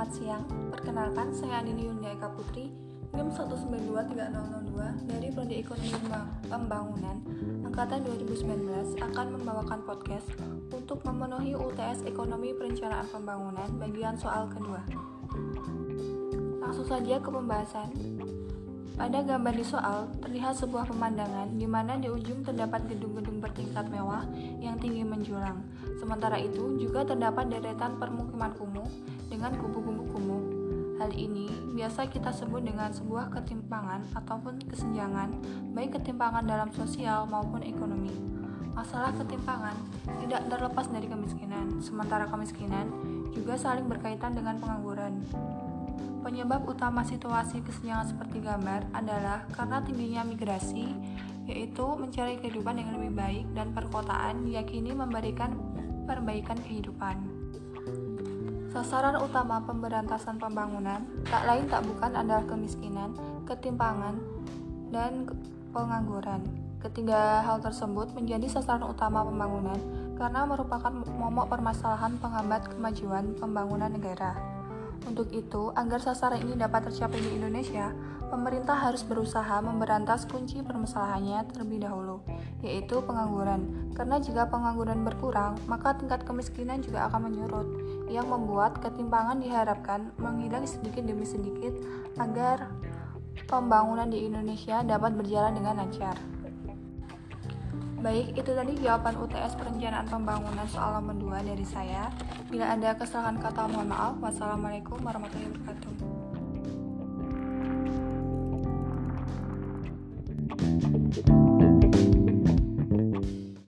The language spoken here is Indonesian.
Selamat siang, perkenalkan saya Anini Yunda Eka Putri, NIM 1923002 dari Prodi Ekonomi Pembangunan Angkatan 2019 akan membawakan podcast untuk memenuhi UTS Ekonomi Perencanaan Pembangunan bagian soal kedua. Langsung saja ke pembahasan. Pada gambar di soal, terlihat sebuah pemandangan di mana di ujung terdapat gedung-gedung bertingkat mewah yang tinggi menjulang. Sementara itu, juga terdapat deretan permukiman kumuh dengan kubu-kubu kumuh. Hal ini biasa kita sebut dengan sebuah ketimpangan ataupun kesenjangan, baik ketimpangan dalam sosial maupun ekonomi. Masalah ketimpangan tidak terlepas dari kemiskinan, sementara kemiskinan juga saling berkaitan dengan pengangguran. Penyebab utama situasi kesenjangan seperti gambar adalah karena tingginya migrasi, yaitu mencari kehidupan yang lebih baik, dan perkotaan diyakini memberikan perbaikan kehidupan. Sasaran utama pemberantasan pembangunan tak lain tak bukan adalah kemiskinan, ketimpangan, dan pengangguran. Ketiga hal tersebut menjadi sasaran utama pembangunan karena merupakan momok permasalahan penghambat kemajuan pembangunan negara. Untuk itu, agar sasaran ini dapat tercapai di Indonesia, pemerintah harus berusaha memberantas kunci permasalahannya terlebih dahulu, yaitu pengangguran. Karena jika pengangguran berkurang, maka tingkat kemiskinan juga akan menyurut, yang membuat ketimpangan diharapkan menghilang sedikit demi sedikit agar pembangunan di Indonesia dapat berjalan dengan lancar. Baik, itu tadi jawaban UTS Perencanaan Pembangunan soal nomor 2 dari saya. Bila ada kesalahan kata, mohon maaf. Wassalamualaikum warahmatullahi wabarakatuh.